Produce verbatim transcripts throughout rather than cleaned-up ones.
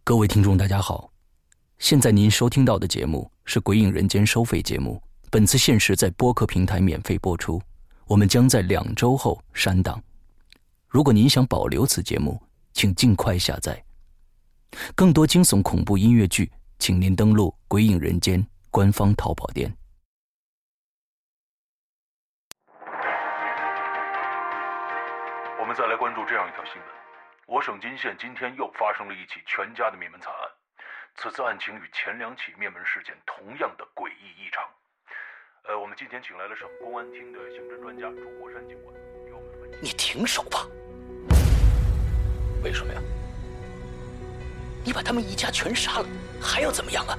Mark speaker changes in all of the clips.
Speaker 1: 各位听众大家好，现在您收听到的节目是《鬼影人间》收费节目，本次限时在播客平台免费播出，我们将在两周后删档。如果您想保留此节目，请尽快下载。更多惊悚恐怖音乐剧，请您登录《鬼影人间》官方淘宝店。
Speaker 2: 我们再来关注这样一条新闻：我省金县今天又发生了一起全家的灭门惨案，此次案情与前两起灭门事件同样的诡异异常。呃，我们今天请来了省公安厅的刑侦专家朱国山警官，给我们分析。
Speaker 3: 你停手吧！
Speaker 1: 为什么呀？
Speaker 3: 你把他们一家全杀了，还要怎么样啊？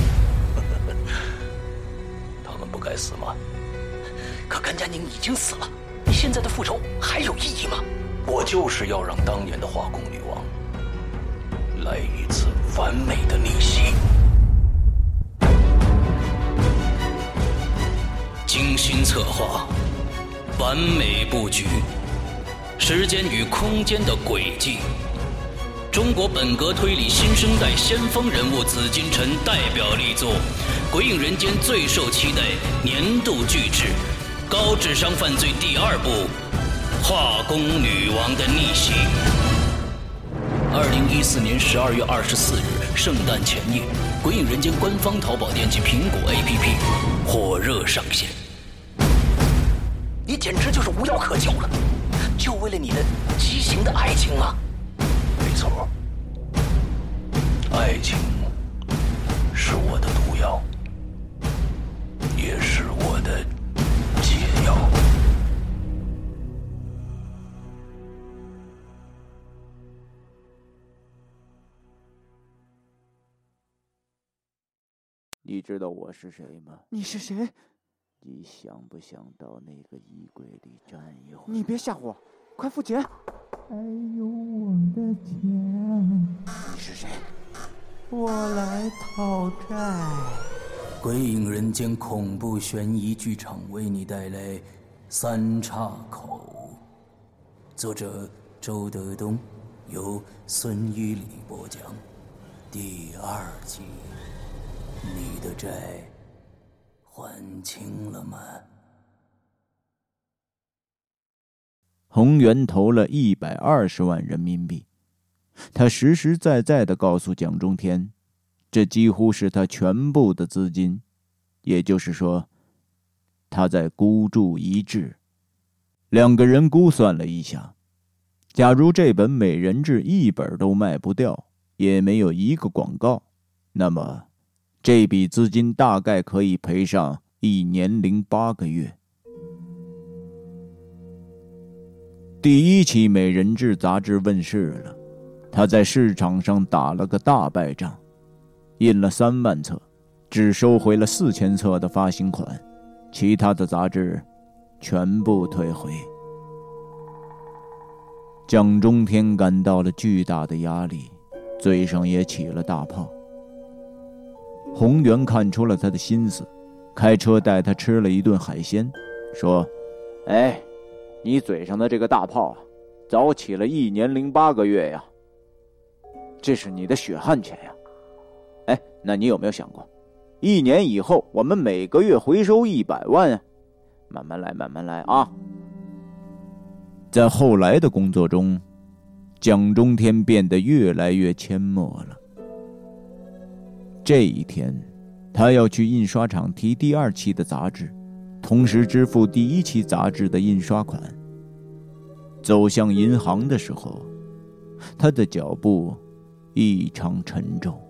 Speaker 1: 他们不该死吗？
Speaker 3: 可甘佳宁已经死了，你现在的复仇还有意义吗？
Speaker 1: 我就是要让当年的化工女王来一次完美的逆袭。精心策划，完美布局，时间与空间的轨迹。中国本格推理新生代先锋人物紫金陈代表力作，《鬼影人间》最受期待年度巨制高智商犯罪第二部《化工女王的逆袭》。二零一四年十二月二十四日，圣诞前夜，《鬼影人间》官方淘宝店及苹果 A P P 火热上线。
Speaker 3: 你简直就是无药可救了，就为了你的畸形的爱情吗？
Speaker 1: 没错，爱情是我的毒药，也是我的解药。
Speaker 4: 你知道我是谁吗？
Speaker 5: 你是谁？
Speaker 4: 你想不想到那个衣柜里站一会儿？
Speaker 5: 你别吓我，快付钱！
Speaker 6: 还有我的钱。
Speaker 5: 你是谁？
Speaker 6: 我来讨债。
Speaker 1: 鬼影人间恐怖悬疑剧场为你带来《三岔口》，作者周德东，由孙一礼播讲，第二集。你的债还清了吗？
Speaker 4: 洪源投了一百二十万人民币，他实实在在地告诉蒋中天，这几乎是他全部的资金，也就是说，他在孤注一掷。两个人估算了一下，假如这本美人志一本都卖不掉，也没有一个广告，那么这笔资金大概可以赔上一年零八个月。第一期美人志杂志问世了，他在市场上打了个大败仗，印了三万册，只收回了四千册的发行款，其他的杂志全部退回。蒋中天感到了巨大的压力，嘴上也起了大泡。洪源看出了他的心思，开车带他吃了一顿海鲜，说：哎，你嘴上的这个大炮啊，早起了一年零八个月呀，这是你的血汗钱呀。哎，那你有没有想过，一年以后我们每个月回收一百万啊？慢慢来，慢慢来啊。在后来的工作中，蒋中天变得越来越缄默了。这一天，他要去印刷厂提第二期的杂志，同时支付第一期杂志的印刷款。走向银行的时候，他的脚步异常沉重。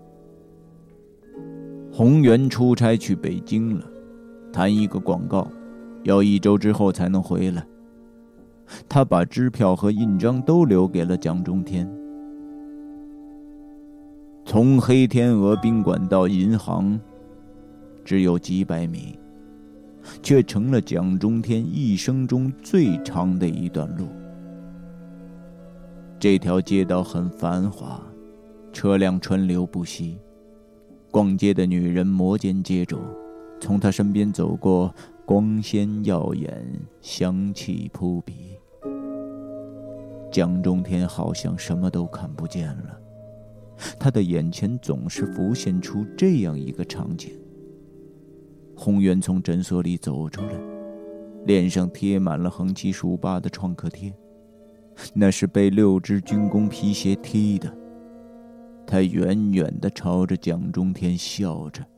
Speaker 4: 洪源出差去北京了，谈一个广告，要一周之后才能回来。他把支票和印章都留给了蒋中天。从黑天鹅宾馆到银行只有几百米，却成了蒋中天一生中最长的一段路。这条街道很繁华，车辆川流不息，逛街的女人摩肩接踵，从他身边走过，光鲜耀眼，香气扑鼻。蒋中天好像什么都看不见了， 他的眼前总是浮现出这样一个场景：洪源从诊所里走出来，脸上贴满了横七竖八的创可贴，那是被六只军工皮鞋踢的。他远远地朝着蒋中天笑着，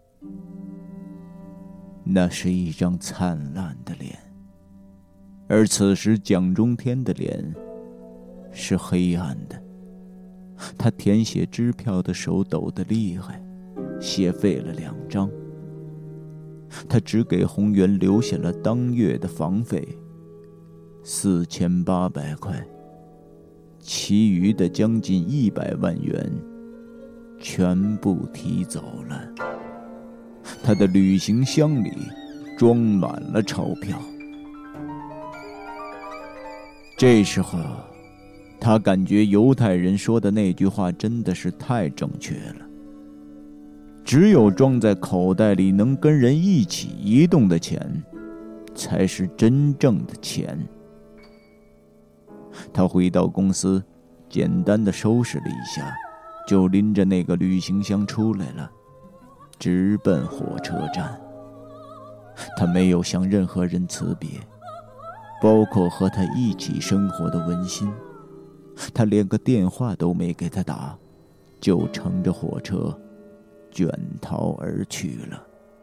Speaker 4: 那是一张灿烂的脸。而此时蒋中天的脸是黑暗的，他填写支票的手抖得厉害，写废了两张。他只给洪源留下了当月的房费四千八百块，其余的将近一百万元全部提走了。他的旅行箱里装满了钞票。这时候他感觉犹太人说的那句话真的是太正确了，只有装在口袋里能跟人一起移动的钱才是真正的钱。他回到公司，简单的收拾了一下，就拎着那个旅行箱出来了，直奔火车站。他没有向任何人辞别，包括和他一起生活的文心。他连个电话都没给他打，就乘着火车卷逃而去了。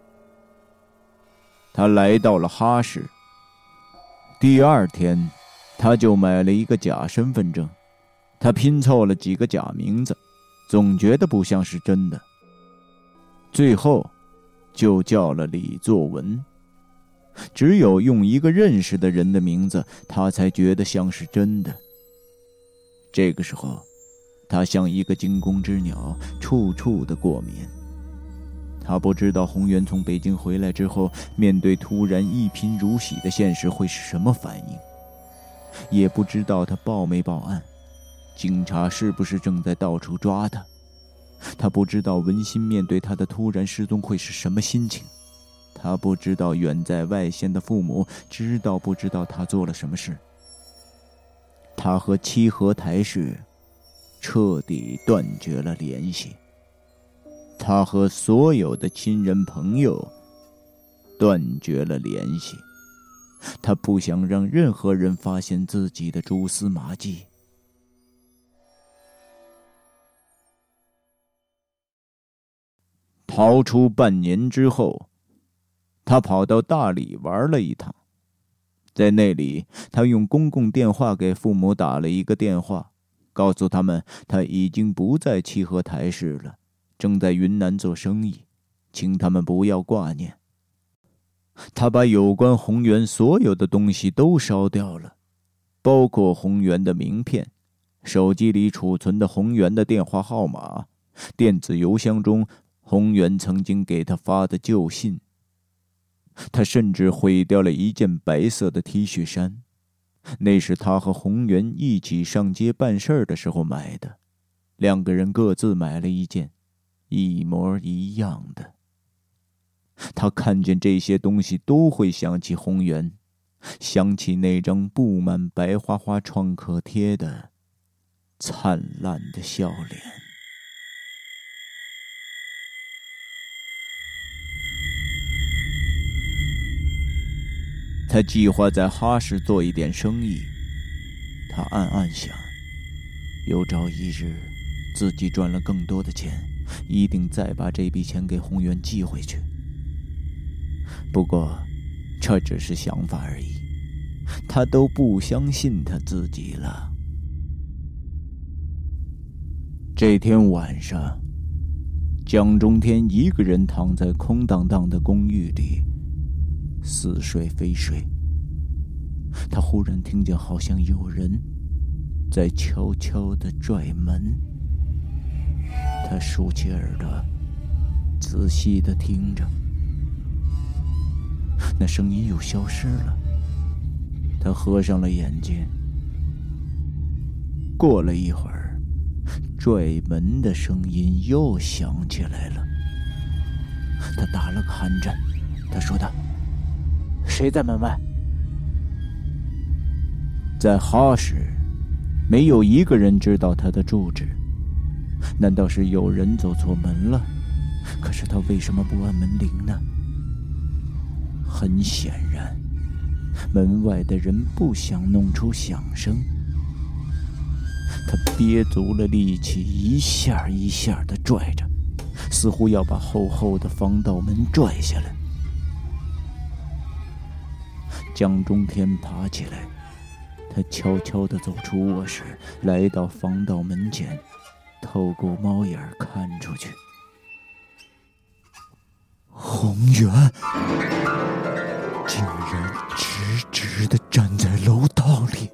Speaker 4: 他来到了哈市，第二天他就买了一个假身份证。他拼凑了几个假名字，总觉得不像是真的，最后就叫了李作文。只有用一个认识的人的名字，他才觉得像是真的。这个时候他像一个惊弓之鸟，处处的过敏。他不知道洪源从北京回来之后，面对突然一贫如洗的现实会是什么反应，也不知道他报没报案，警察是不是正在到处抓他。他不知道文心面对他的突然失踪会是什么心情，他不知道远在外县的父母知道不知道他做了什么事。他和七合台市彻底断绝了联系，他和所有的亲人朋友断绝了联系。他不想让任何人发现自己的蛛丝马迹。逃出半年之后，他跑到大理玩了一趟。在那里，他用公共电话给父母打了一个电话，告诉他们他已经不在七合台市了，正在云南做生意，请他们不要挂念。他把有关洪源所有的东西都烧掉了，包括洪源的名片、手机里储存的洪源的电话号码、电子邮箱中洪源曾经给他发的旧信。他甚至毁掉了一件白色的 T 恤衫，那是他和洪源一起上街办事的时候买的，两个人各自买了一件，一模一样的。他看见这些东西都会想起洪源，想起那张布满白花花创可贴的灿烂的笑脸。他计划在哈市做一点生意，他暗暗想，有朝一日自己赚了更多的钱，一定再把这笔钱给洪源寄回去。不过这只是想法而已，他都不相信他自己了。这天晚上，蒋中天一个人躺在空荡荡的公寓里，似睡非睡。他忽然听见好像有人在悄悄地拽门，他竖起耳朵仔细地听着，那声音又消失了。他合上了眼睛。过了一会儿，拽门的声音又响起来了。他打了个寒战，他说道：“谁在门外？”在哈市，没有一个人知道他的住址。 难道是有人走错门了？可是他为什么不按门铃呢？很显然，门外的人不想弄出响声。他憋足了力气，一下一下地拽着，似乎要把厚厚的防盗门拽下来。蒋中天爬起来，他悄悄地走出卧室，来到防盗门前，透过猫眼看出去。宏源竟然直直地站在楼道里，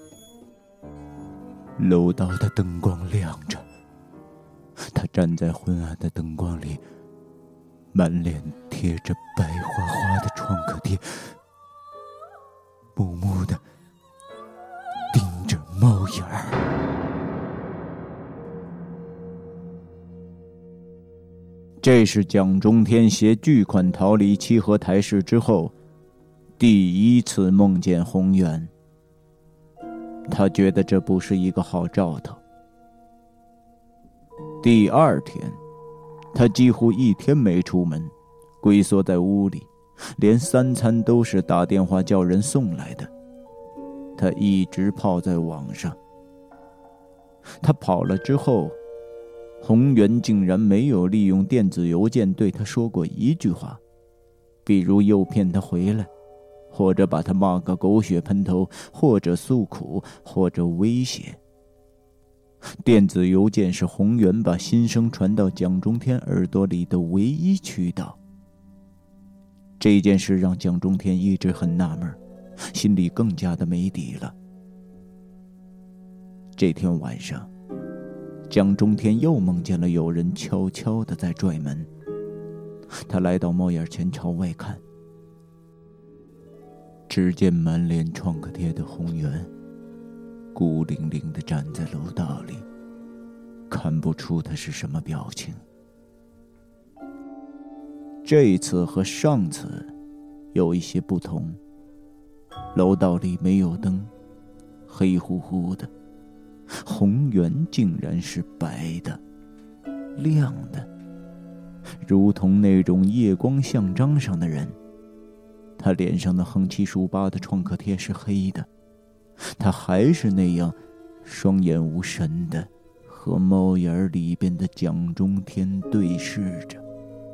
Speaker 4: 楼道的灯光亮着，他站在昏暗的灯光里，满脸贴着白花花的创可贴，木木地盯着猫眼儿。这是蒋中天携巨款逃离七河台市之后第一次梦见宏源。他觉得这不是一个好兆头。第二天，他几乎一天没出门，龟缩在屋里，连三餐都是打电话叫人送来的。他一直泡在网上。他跑了之后，宏源竟然没有利用电子邮件对他说过一句话，比如诱骗他回来，或者把他骂个狗血喷头，或者诉苦，或者威胁。电子邮件是宏源把心声传到蒋中天耳朵里的唯一渠道。这件事让蒋中天一直很纳闷，心里更加的没底了。这天晚上，蒋中天又梦见了有人悄悄地在拽门。他来到猫眼前朝外看，只见满脸创可贴的宏源孤零零地站在楼道里，看不出他是什么表情。这一次和上次有一些不同，楼道里没有灯，黑乎乎的，宏源竟然是白的，亮的，如同那种夜光像章上的人。他脸上的横七竖八的创可贴是黑的，他还是那样双眼无神的和猫眼里边的蒋中天对视着。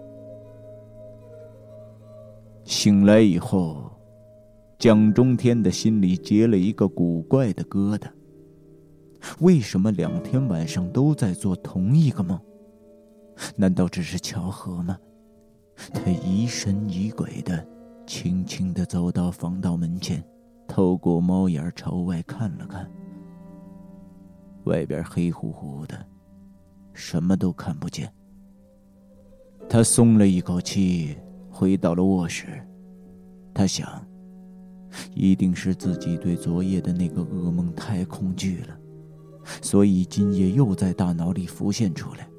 Speaker 4: 醒来以后，蒋中天的心里结了一个古怪的疙瘩。为什么两天晚上都在做同一个梦？难道只是巧合吗？他疑神疑鬼的轻轻地走到防盗门前，透过猫眼朝外看了看。外边黑乎乎的，什么都看不见。他松了一口气，回到了卧室。他想，一定是自己对昨夜的那个噩梦太恐惧了，所以今夜又在大脑里浮现出来。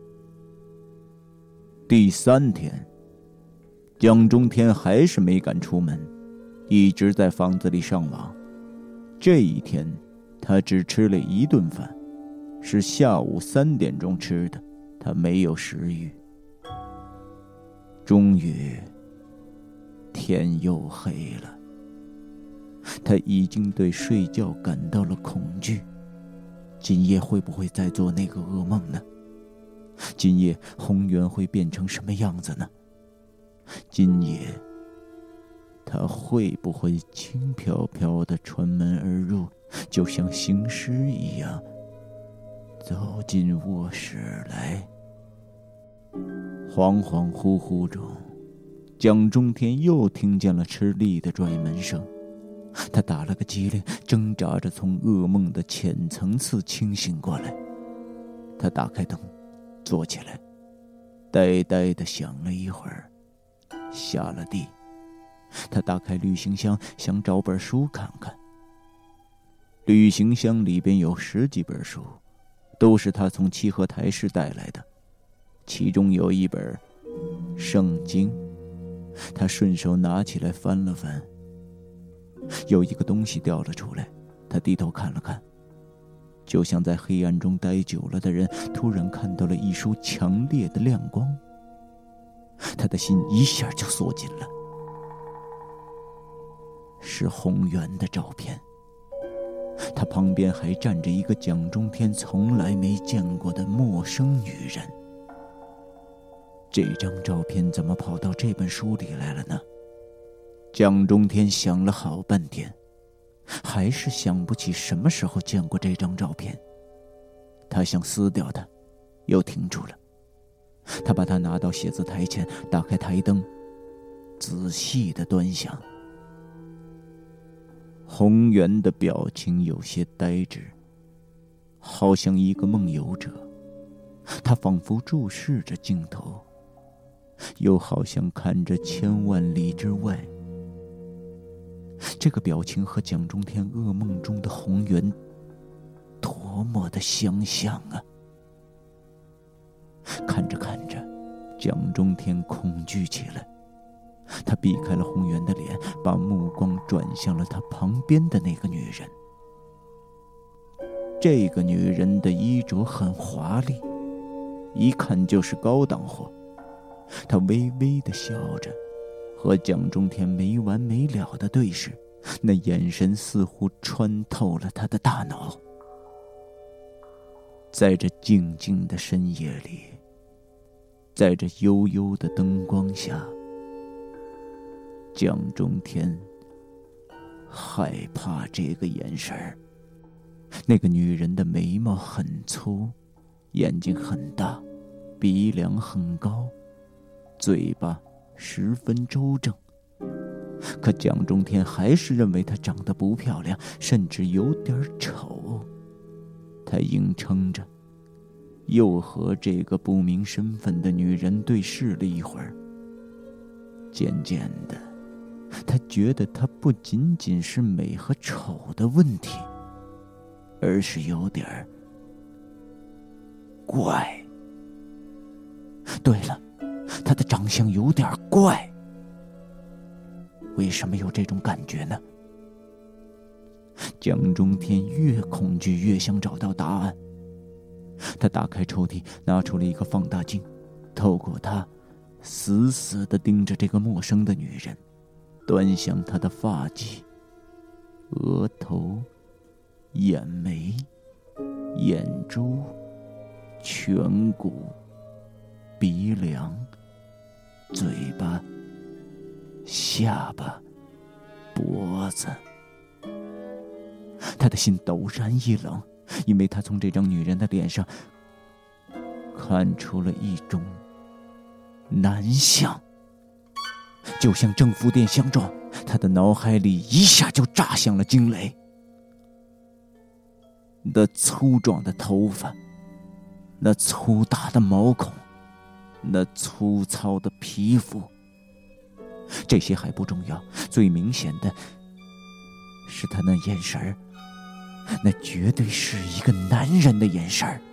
Speaker 4: 第三天，蒋中天还是没敢出门，一直在房子里上网。这一天，他只吃了一顿饭，是下午三点钟吃的，他没有食欲。终于，天又黑了。他已经对睡觉感到了恐惧。今夜会不会再做那个噩梦呢？今夜宏源会变成什么样子呢？今夜他会不会轻飘飘地穿门而入，就像行尸一样走进卧室来？恍恍惚惚中，蒋中天又听见了吃力的拽门声。他打了个激灵，挣扎着从噩梦的浅层次清醒过来。他打开灯，坐起来，呆呆地想了一会儿，下了地。他打开旅行箱，想找本书看看。旅行箱里边有十几本书，都是他从七河台市带来的，其中有一本圣经。他顺手拿起来翻了翻，有一个东西掉了出来。他低头看了看， 就像在黑暗中待久了的人突然看到了一束强烈的亮光，他的心一下就缩紧了。是宏源的照片，他旁边还站着一个蒋中天从来没见过的陌生女人。这张照片怎么跑到这本书里来了呢？蒋中天想了好半天，还是想不起什么时候见过这张照片。他想撕掉它，又停住了。他把它拿到写字台前，打开台灯，仔细地端详。宏源的表情有些呆滞，好像一个梦游者。他仿佛注视着镜头，又好像看着千万里之外。这个表情和蒋中天噩梦中的宏源多么的相像啊！看着看着，蒋中天恐惧起来，他避开了宏源的脸，把目光转向了他旁边的那个女人。这个女人的衣着很华丽，一看就是高档货。她微微地笑着，和蒋中天没完没了的对视，那眼神似乎穿透了他的大脑。在这静静的深夜里，在这幽幽的灯光下，蒋中天害怕这个眼神儿。那个女人的眉毛很粗，眼睛很大，鼻梁很高，嘴巴十分周正。可蒋中天还是认为她长得不漂亮，甚至有点丑。他硬撑着，又和这个不明身份的女人对视了一会儿。渐渐的，他觉得她不仅仅是美和丑的问题，而是有点怪。对了，她的长相有点怪。为什么有这种感觉呢？蒋中天越恐惧越想找到答案。他打开抽屉，拿出了一个放大镜，透过它死死地盯着这个陌生的女人，端详她的发髻、额头、眼眉、眼珠、颧骨、鼻梁、嘴巴、下巴、脖子。他的心陡然一冷，因为他从这张女人的脸上看出了一种男相，就像正负电相撞，他的脑海里一下就炸响了惊雷。那粗壮的头发，那粗大的毛孔，那粗糙的皮肤，这些还不重要，最明显的是他那眼神儿，那绝对是一个男人的眼神儿。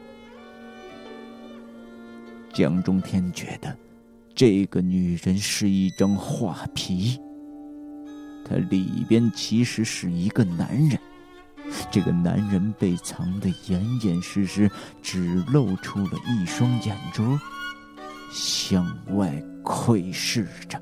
Speaker 4: 蒋中天觉得这个女人是一张画皮，她里边其实是一个男人，这个男人被藏得严严实实，只露出了一双眼珠向外窥视着。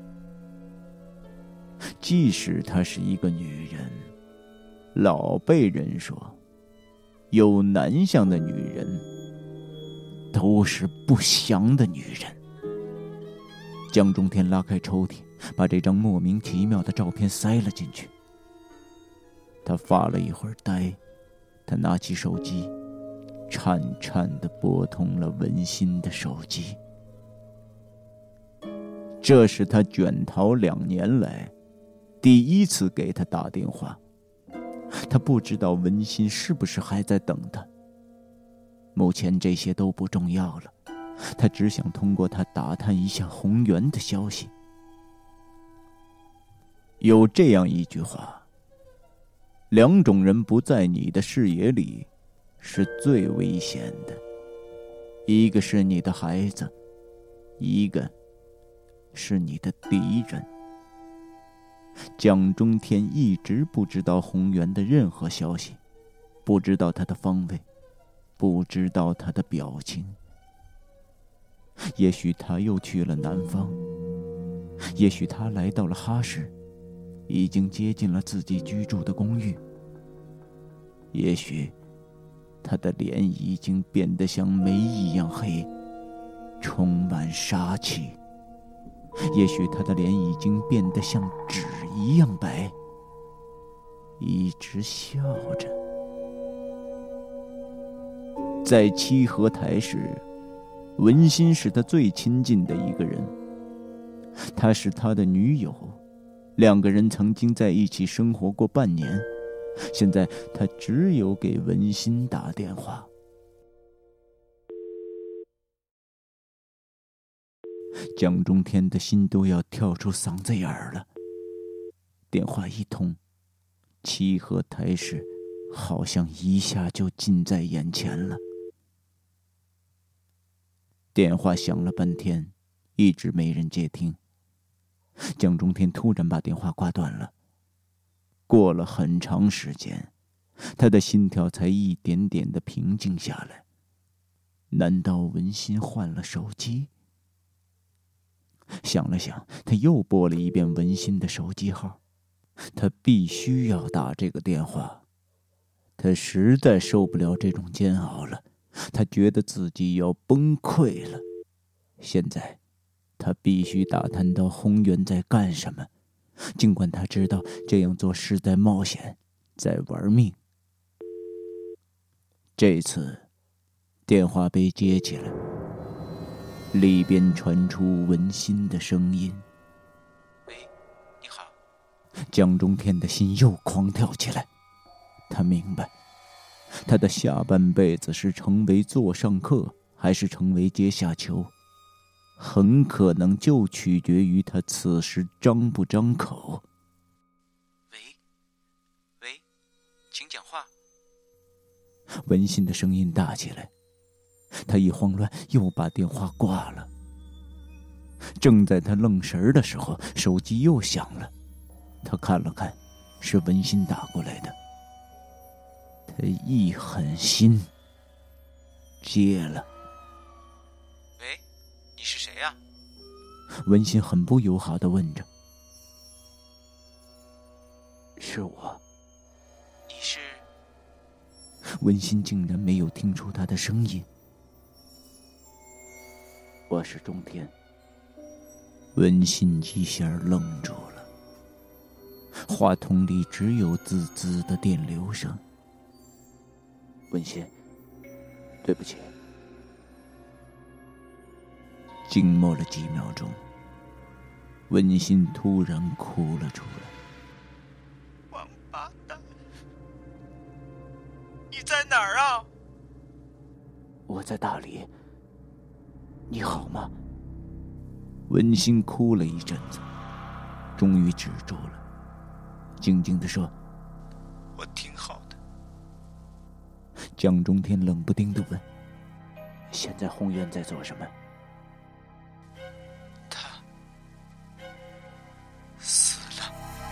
Speaker 4: 即使她是一个女人，老辈人说，有男相的女人都是不祥的女人。蒋中天拉开抽屉，把这张莫名其妙的照片塞了进去。他发了一会儿呆，他拿起手机，颤颤地拨通了文心的手机。这是他卷逃两年来第一次给他打电话。他不知道文心是不是还在等他。目前这些都不重要了，他只想通过他打探一下宏源的消息。有这样一句话，两种人不在你的视野里是最危险的，一个是你的孩子，一个是你的敌人。蒋中天一直不知道宏源的任何消息，不知道他的方位， 不知道他的表情。也许他又去了南方，也许他来到了哈市，已经接近了自己居住的公寓。也许他的脸已经变得像煤一样黑，充满杀气。也许他的脸已经变得像纸一样白，一直笑着。在七合台时，文心是他最亲近的一个人，她是他的女友，两个人曾经在一起生活过半年。现在他只有给文心打电话。蒋中天的心都要跳出嗓子眼儿了。电话一通，七合台市好像一下就近在眼前了。电话响了半天，一直没人接听。蒋中天突然把电话挂断了。过了很长时间，他的心跳才一点点的平静下来。难道文心换了手机？想了想，他又拨了一遍文心的手机号。他必须要打这个电话，他实在受不了这种煎熬了，他觉得自己要崩溃了。现在他必须打探到宏源在干什么，尽管他知道这样做是在冒险，在玩命。这次电话被接起来，里边传出文心的声音：
Speaker 3: 喂，你好。
Speaker 4: 蒋中天的心又狂跳起来。他明白，他的下半辈子是成为座上客，还是成为阶下囚，很可能就取决于他此时张不张口。
Speaker 3: 喂，喂，请讲话。
Speaker 4: 文心的声音大起来，他一慌乱又把电话挂了。正在他愣神儿的时候，手机又响了。他看了看，是文心打过来的。他一狠心接了。
Speaker 3: 喂，你是谁呀？
Speaker 4: 文心很不友好地问着。是我。
Speaker 3: 你是？
Speaker 4: 文心竟然没有听出他的声音。我是中天。文心一下愣住了，话筒里只有滋滋的电流声。文心，对不起。静默了几秒钟，文心突然哭了出来。
Speaker 3: 王八蛋，你在哪儿啊？
Speaker 4: 我在大理。你好吗？文心哭了一阵子，终于止住了，静静地说：
Speaker 3: 我挺好的。
Speaker 4: 蒋中天冷不丁地问：现在宏源在做什么？
Speaker 3: 他死了。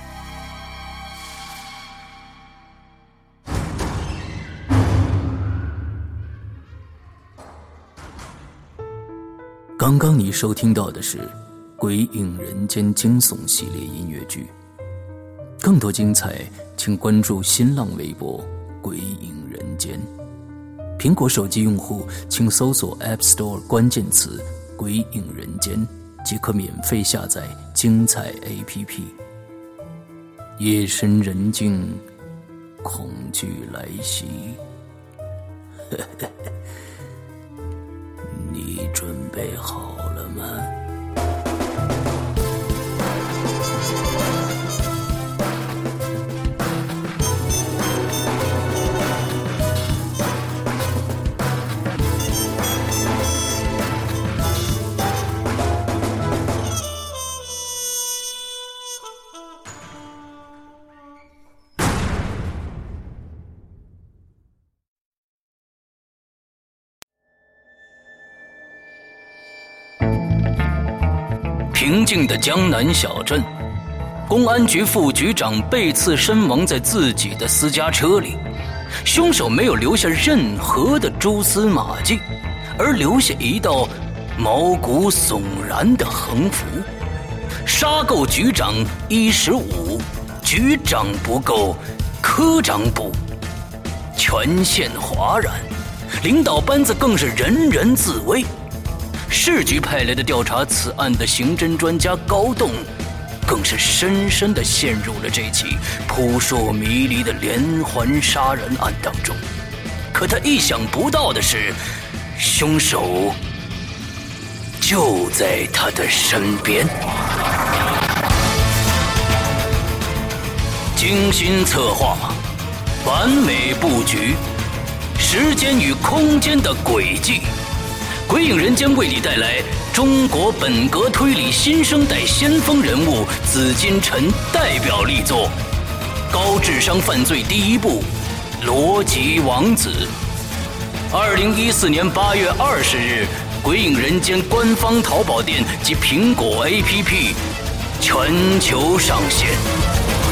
Speaker 1: 刚刚你收听到的是《鬼影人间》惊悚系列音乐剧，更多精彩请关注新浪微博“鬼影人间”。苹果手机用户请搜索 App Store 关键词“鬼影人间”，即可免费下载精彩 A P P。夜深人静，恐惧来袭。你准备好了吗？平静的江南小镇，公安局副局长被刺身亡在自己的私家车里， 凶手没有留下任何的蛛丝马迹，而留下一道毛骨悚然的横幅：杀够局长一十五，局长不够，科长补。全县哗然，领导班子更是人人自危。市局派来的调查此案的刑侦专家高栋，更是深深地陷入了这起扑朔迷离的连环杀人案当中。可他意想不到的是，凶手就在他的身边。精心策划，完美布局，时间与空间的轨迹。鬼影人间为你带来中国本格推理新生代先锋人物紫金陈代表力作《高智商犯罪第一部：逻辑王子》。二零一四年八月二十日，鬼影人间官方淘宝店及苹果 A P P 全球上线。